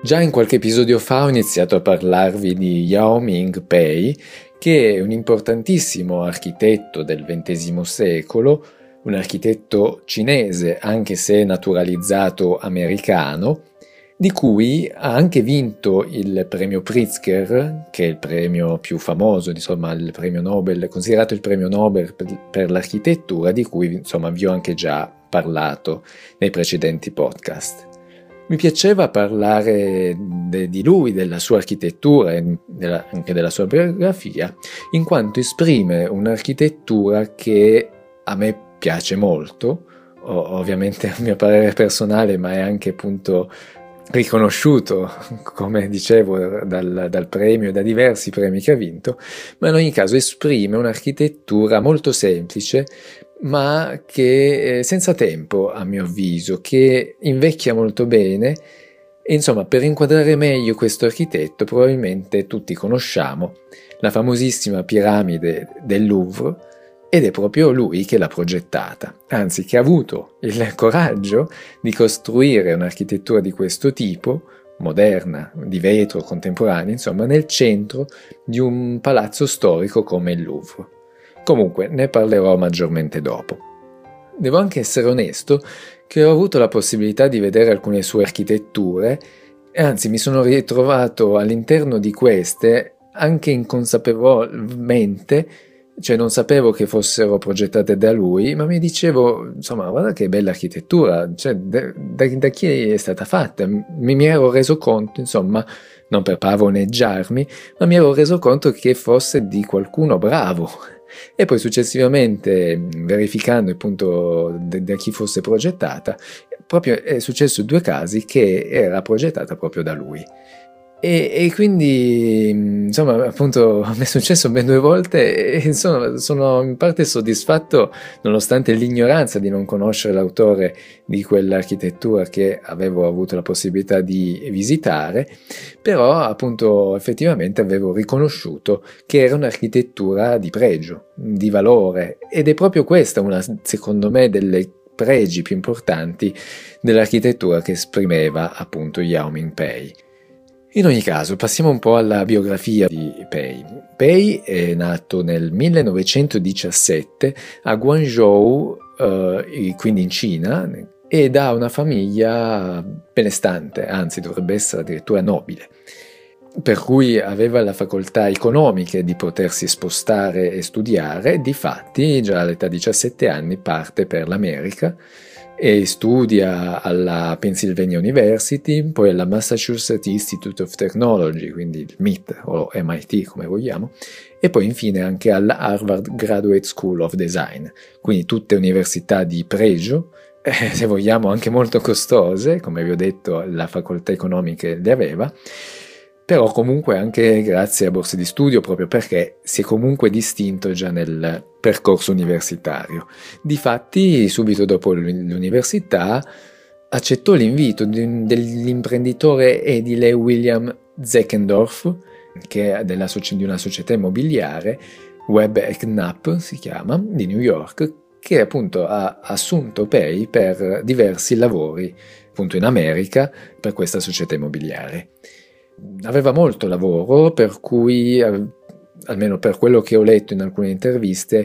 Già in qualche episodio fa ho iniziato a parlarvi di Yao Ming Pei, che è un importantissimo architetto del XX secolo, un architetto cinese, anche se naturalizzato americano, di cui ha anche vinto il premio Pritzker, che è il premio più famoso, insomma il premio Nobel, considerato il premio Nobel per l'architettura, di cui insomma vi ho anche già parlato nei precedenti podcast. Mi piaceva parlare di lui, della sua architettura e anche della sua biografia, in quanto esprime un'architettura che a me piace molto, ovviamente a mio parere personale, ma è anche appunto riconosciuto, come dicevo, dal premio e da diversi premi che ha vinto, ma in ogni caso esprime un'architettura molto semplice, ma che senza tempo, a mio avviso, che invecchia molto bene. E insomma, per inquadrare meglio questo architetto, probabilmente tutti conosciamo la famosissima piramide del Louvre, ed è proprio lui che l'ha progettata, anzi che ha avuto il coraggio di costruire un'architettura di questo tipo, moderna, di vetro, contemporanea, insomma, nel centro di un palazzo storico come il Louvre. Comunque, ne parlerò maggiormente dopo. Devo anche essere onesto che ho avuto la possibilità di vedere alcune sue architetture e anzi mi sono ritrovato all'interno di queste anche inconsapevolmente, cioè non sapevo che fossero progettate da lui, ma mi dicevo, insomma, guarda che bella architettura, cioè da chi è stata fatta? Mi ero reso conto, insomma, non per pavoneggiarmi, ma mi ero reso conto che fosse di qualcuno bravo. E poi successivamente, verificando appunto da chi fosse progettata, proprio è successo 2 casi che era progettata proprio da lui. E quindi, insomma, appunto, mi è successo ben 2 volte e insomma, sono in parte soddisfatto nonostante l'ignoranza di non conoscere l'autore di quell'architettura che avevo avuto la possibilità di visitare, però appunto effettivamente avevo riconosciuto che era un'architettura di pregio, di valore, ed è proprio questa una, secondo me, delle pregi più importanti dell'architettura che esprimeva appunto Yao Ming Pei. In ogni caso, passiamo un po' alla biografia di Pei. Pei è nato nel 1917 a Guangzhou, quindi in Cina, e da una famiglia benestante, anzi dovrebbe essere addirittura nobile, per cui aveva la facoltà economiche di potersi spostare e studiare. Difatti, già all'età di 17 anni parte per l'America e studia alla Pennsylvania University, poi alla Massachusetts Institute of Technology, quindi il MIT o MIT come vogliamo, e poi infine anche alla Harvard Graduate School of Design, quindi tutte università di pregio, se vogliamo anche molto costose, come vi ho detto la facoltà economiche le aveva, però comunque anche grazie a borse di studio, proprio perché si è comunque distinto già nel percorso universitario. Difatti, subito dopo l'università, accettò l'invito dell'imprenditore edile William Zeckendorf, che è di una società immobiliare, Webb Knapp si chiama, di New York, che appunto ha assunto Pei per diversi lavori appunto in America per questa società immobiliare. Aveva molto lavoro, per cui, almeno per quello che ho letto in alcune interviste,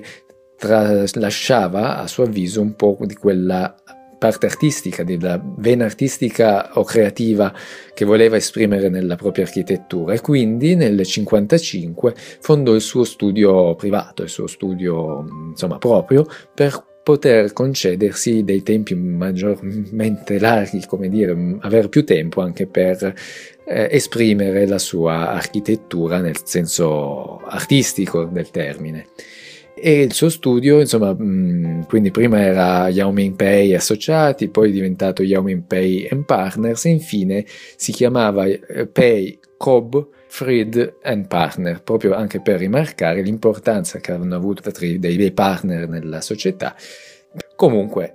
tralasciava a suo avviso un po' di quella parte artistica, della vena artistica o creativa che voleva esprimere nella propria architettura, e quindi nel 1955 fondò il suo studio privato, il suo studio insomma proprio, per poter concedersi dei tempi maggiormente larghi, come dire, avere più tempo anche per esprimere la sua architettura nel senso artistico del termine. E il suo studio, insomma, quindi prima era Yao Ming Pei Associati, poi è diventato Yao Ming Pei Partners, e infine si chiamava Pei Cobb Fried Partner, proprio anche per rimarcare l'importanza che hanno avuto dei partner nella società. Comunque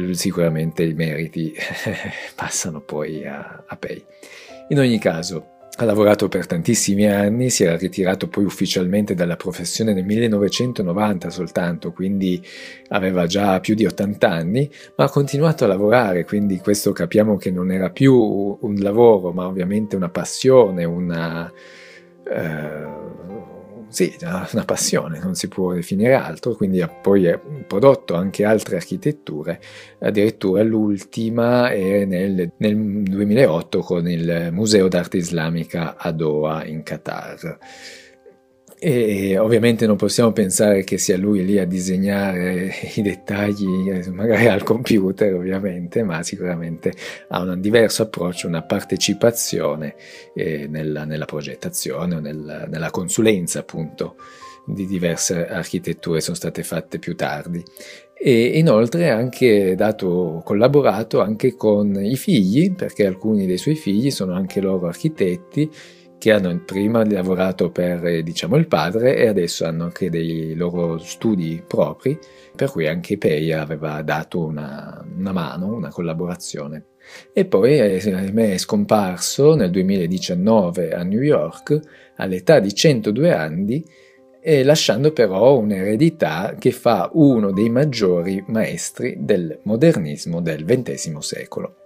sicuramente i meriti passano poi a Pei. In ogni caso, Ha lavorato per tantissimi anni, si era ritirato poi ufficialmente dalla professione nel 1990 soltanto, quindi aveva già più di 80 anni, ma ha continuato a lavorare, quindi questo capiamo che non era più un lavoro, ma ovviamente una passione, sì, una passione, non si può definire altro, quindi ha poi prodotto anche altre architetture, addirittura l'ultima è nel 2008 con il Museo d'Arte Islamica a Doha in Qatar. E ovviamente non possiamo pensare che sia lui lì a disegnare i dettagli, magari al computer ovviamente, ma sicuramente ha un diverso approccio, una partecipazione nella progettazione o nella consulenza appunto di diverse architetture sono state fatte più tardi. E inoltre ha anche collaborato anche con i figli, perché alcuni dei suoi figli sono anche loro architetti, che hanno prima lavorato per, diciamo, il padre e adesso hanno anche dei loro studi propri, per cui anche Pei aveva dato una mano, una collaborazione. E poi è scomparso nel 2019 a New York all'età di 102 anni, lasciando però un'eredità che fa uno dei maggiori maestri del modernismo del XX secolo.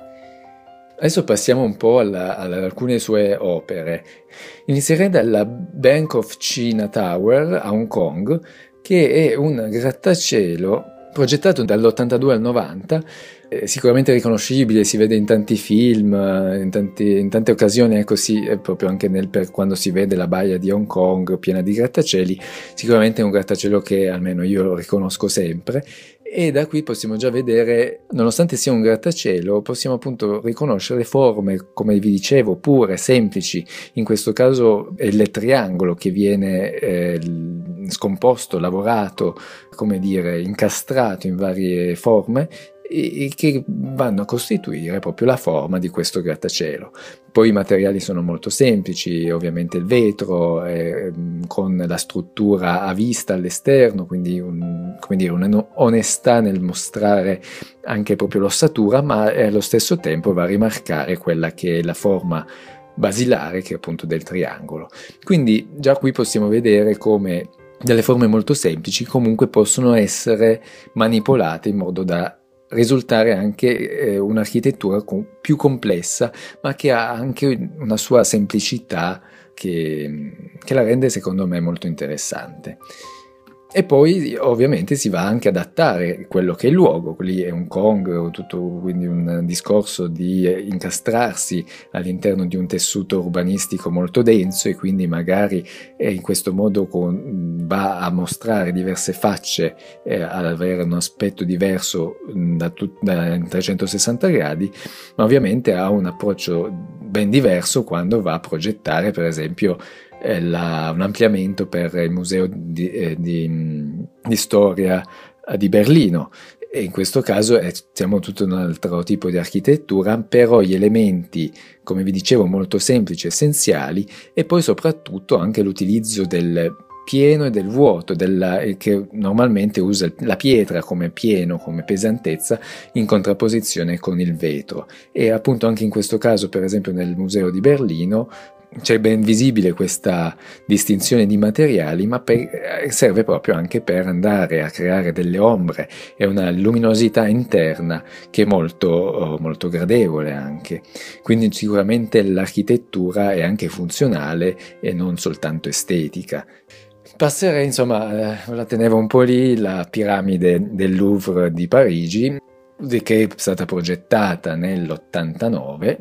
Adesso passiamo un po' ad alcune sue opere. Inizierei dalla Bank of China Tower a Hong Kong, che è un grattacielo progettato dall'82 al 90, sicuramente riconoscibile, si vede in tanti film, in tante occasioni, ecco sì, proprio anche quando si vede la baia di Hong Kong piena di grattacieli, sicuramente è un grattacielo che almeno io lo riconosco sempre. E da qui possiamo già vedere, nonostante sia un grattacielo, possiamo appunto riconoscere forme, come vi dicevo, pure, semplici. In questo caso è il triangolo che viene scomposto, lavorato, come dire, incastrato in varie forme e che vanno a costituire proprio la forma di questo grattacielo. Poi i materiali sono molto semplici, ovviamente il vetro con la struttura a vista all'esterno, quindi un'onestà nel mostrare anche proprio l'ossatura, ma allo stesso tempo va a rimarcare quella che è la forma basilare, che è appunto del triangolo. Quindi già qui possiamo vedere come delle forme molto semplici comunque possono essere manipolate in modo da risultare anche un'architettura più complessa, ma che ha anche una sua semplicità che la rende secondo me molto interessante. E poi ovviamente si va anche ad adattare quello che è il luogo, lì è Hong Kong, quindi un discorso di incastrarsi all'interno di un tessuto urbanistico molto denso e quindi magari in questo modo va a mostrare diverse facce, ad avere un aspetto diverso da 360 gradi, ma ovviamente ha un approccio ben diverso quando va a progettare per esempio un ampliamento per il museo di storia di Berlino, e in questo caso siamo tutto un altro tipo di architettura, però gli elementi, come vi dicevo, molto semplici, essenziali, e poi soprattutto anche l'utilizzo del pieno e del vuoto, che normalmente usa la pietra come pieno, come pesantezza, in contrapposizione con il vetro. E appunto anche in questo caso, per esempio nel museo di Berlino, c'è ben visibile questa distinzione di materiali, ma serve proprio anche per andare a creare delle ombre e una luminosità interna che è molto, molto gradevole anche. Quindi sicuramente l'architettura è anche funzionale e non soltanto estetica. Passerei, insomma, la tenevo un po' lì, la piramide del Louvre di Parigi, che è stata progettata nell'89,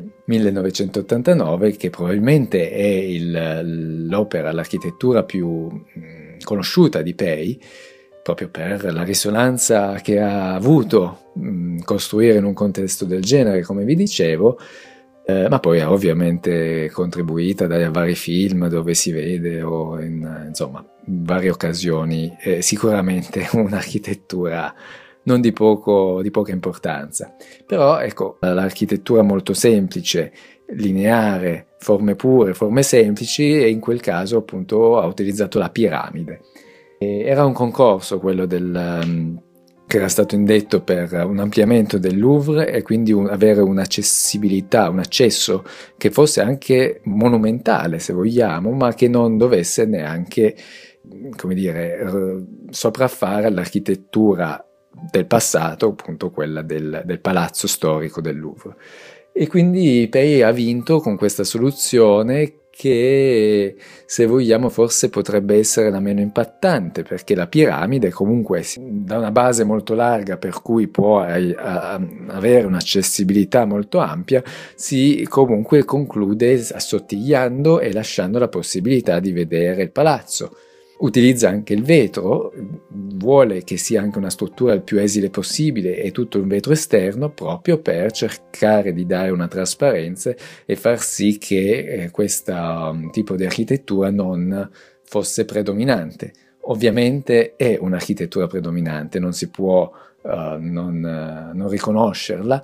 1989, che probabilmente è l'opera, l'architettura più conosciuta di Pei, proprio per la risonanza che ha avuto costruire in un contesto del genere, come vi dicevo, ma poi ha ovviamente contribuita dai vari film dove si vede o insomma in varie occasioni, sicuramente un'architettura non di poca importanza. Però ecco, l'architettura molto semplice, lineare, forme pure, forme semplici, e in quel caso appunto ha utilizzato la piramide. Era un concorso quello che era stato indetto per un ampliamento del Louvre e quindi avere un'accessibilità, un accesso che fosse anche monumentale, se vogliamo, ma che non dovesse neanche, come dire, sopraffare l'architettura del passato, appunto quella del palazzo storico del Louvre. E quindi Pei ha vinto con questa soluzione che, se vogliamo, forse potrebbe essere la meno impattante, perché la piramide comunque da una base molto larga, per cui può avere un'accessibilità molto ampia, si comunque conclude assottigliando e lasciando la possibilità di vedere il palazzo. Utilizza anche il vetro, vuole che sia anche una struttura il più esile possibile e tutto un vetro esterno, proprio per cercare di dare una trasparenza e far sì che questo tipo di architettura non fosse predominante. Ovviamente è un'architettura predominante, non si può non riconoscerla,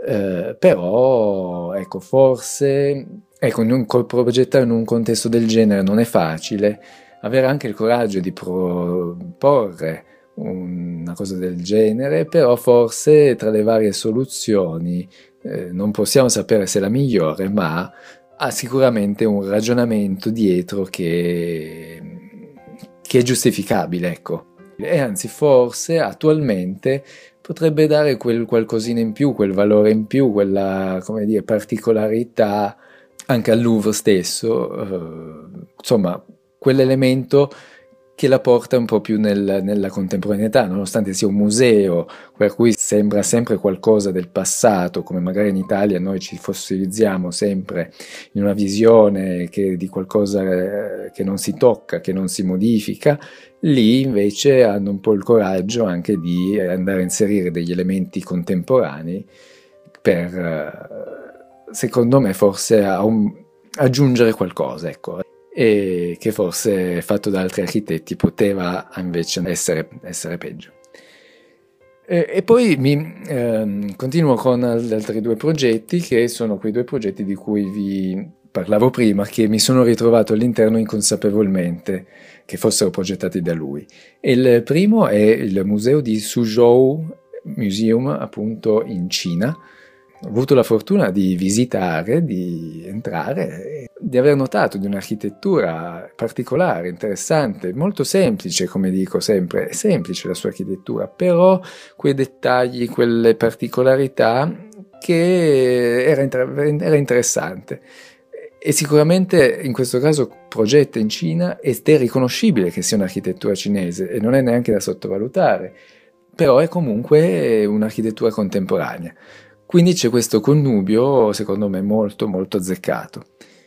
però ecco, forse progettare in un contesto del genere non è facile. Avere anche il coraggio di proporre una cosa del genere, però forse tra le varie soluzioni non possiamo sapere se è la migliore, ma ha sicuramente un ragionamento dietro che è giustificabile, ecco. E anzi, forse attualmente potrebbe dare quel qualcosina in più, quel valore in più, quella, come dire, particolarità anche al Louvre stesso, insomma, quell'elemento che la porta un po' più nella contemporaneità, nonostante sia un museo, per cui sembra sempre qualcosa del passato, come magari in Italia noi ci fossilizziamo sempre in una visione di qualcosa che non si tocca, che non si modifica. Lì invece hanno un po' il coraggio anche di andare a inserire degli elementi contemporanei per, secondo me, forse aggiungere qualcosa, ecco, e che forse fatto da altri architetti poteva invece essere peggio. E poi continuo con altri due progetti, che sono quei due progetti di cui vi parlavo prima, che mi sono ritrovato all'interno inconsapevolmente che fossero progettati da lui. E il primo è il museo di Suzhou Museum, appunto in Cina. Ho avuto la fortuna di visitare, di entrare, di aver notato di un'architettura particolare, interessante, molto semplice, come dico sempre. È semplice la sua architettura, però quei dettagli, quelle particolarità che era interessante. E sicuramente in questo caso progetta in Cina ed è riconoscibile che sia un'architettura cinese e non è neanche da sottovalutare, però è comunque un'architettura contemporanea. Quindi c'è questo connubio, secondo me, molto molto azzeccato.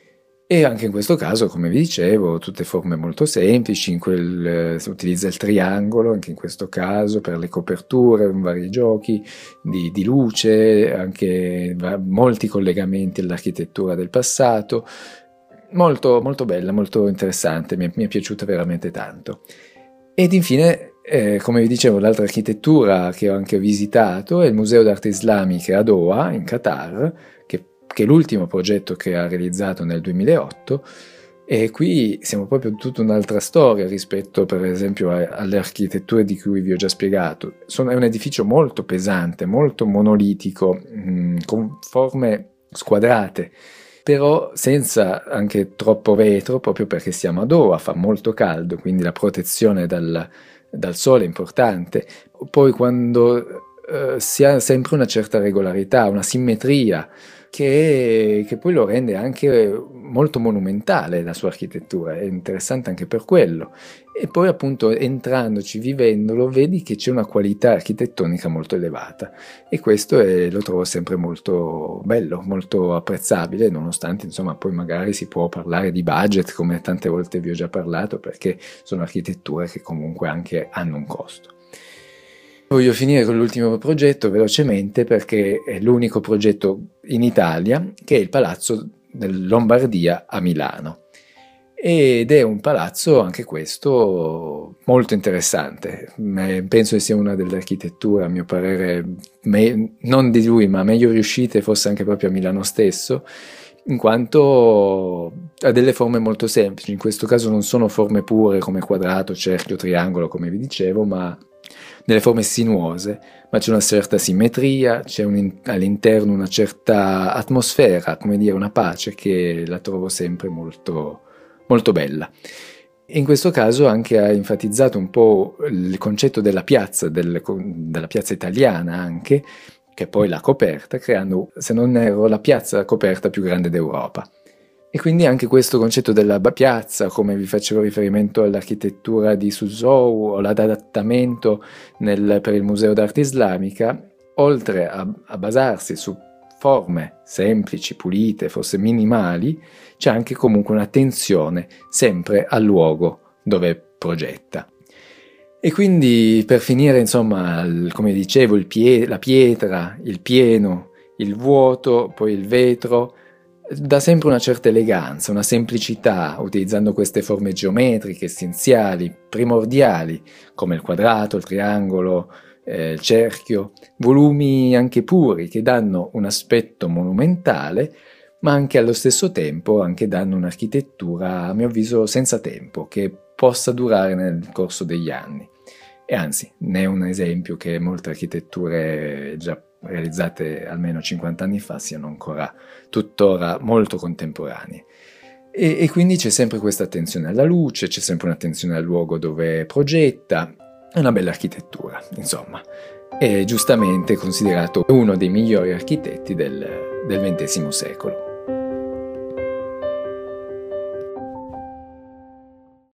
E anche in questo caso, come vi dicevo, tutte forme molto semplici, si utilizza il triangolo, anche in questo caso, per le coperture, vari giochi di luce, anche molti collegamenti all'architettura del passato. Molto, molto bella, molto interessante, mi è piaciuta veramente tanto. Ed infine, come vi dicevo, l'altra architettura che ho anche visitato è il Museo d'Arte Islamica a Doha, in Qatar, che è l'ultimo progetto che ha realizzato nel 2008, e qui siamo proprio tutta un'altra storia rispetto, per esempio, alle architetture di cui vi ho già spiegato. È un edificio molto pesante, molto monolitico, con forme squadrate, però senza anche troppo vetro, proprio perché siamo a Doha, fa molto caldo, quindi la protezione dal sole è importante. Poi quando si ha sempre una certa regolarità, una simmetria che poi lo rende anche molto monumentale la sua architettura, è interessante anche per quello. E poi appunto entrandoci, vivendolo, vedi che c'è una qualità architettonica molto elevata e questo lo trovo sempre molto bello, molto apprezzabile, nonostante insomma poi magari si può parlare di budget, come tante volte vi ho già parlato, perché sono architetture che comunque anche hanno un costo. Voglio finire con l'ultimo progetto velocemente, perché è l'unico progetto in Italia, che è il Palazzo del Lombardia a Milano. Ed è un palazzo, anche questo, molto interessante. Penso che sia una delle architetture, a mio parere, non di lui, ma meglio riuscite forse anche proprio a Milano stesso, in quanto ha delle forme molto semplici. In questo caso non sono forme pure come quadrato, cerchio, triangolo, come vi dicevo, ma delle forme sinuose, ma c'è una certa simmetria, c'è all'interno una certa atmosfera, come dire, una pace che la trovo sempre molto, molto bella. In questo caso anche ha enfatizzato un po' il concetto della piazza, della piazza italiana anche, che poi l'ha coperta, creando, se non erro, la piazza coperta più grande d'Europa. E quindi anche questo concetto della piazza, come vi facevo riferimento all'architettura di Suzhou o l'adattamento per il Museo d'Arte Islamica, oltre a basarsi su forme semplici, pulite, forse minimali, c'è anche comunque un'attenzione sempre al luogo dove progetta. E quindi per finire, insomma, come dicevo, la pietra, il pieno, il vuoto, poi il vetro, dà sempre una certa eleganza, una semplicità, utilizzando queste forme geometriche essenziali, primordiali, come il quadrato, il triangolo, il cerchio, volumi anche puri che danno un aspetto monumentale, ma anche allo stesso tempo anche danno un'architettura, a mio avviso, senza tempo, che possa durare nel corso degli anni. E anzi, ne è un esempio che molte architetture già realizzate almeno 50 anni fa siano ancora tuttora molto contemporanee. E quindi c'è sempre questa attenzione alla luce, c'è sempre un'attenzione al luogo dove progetta, è una bella architettura, insomma. È giustamente considerato uno dei migliori architetti del XX secolo.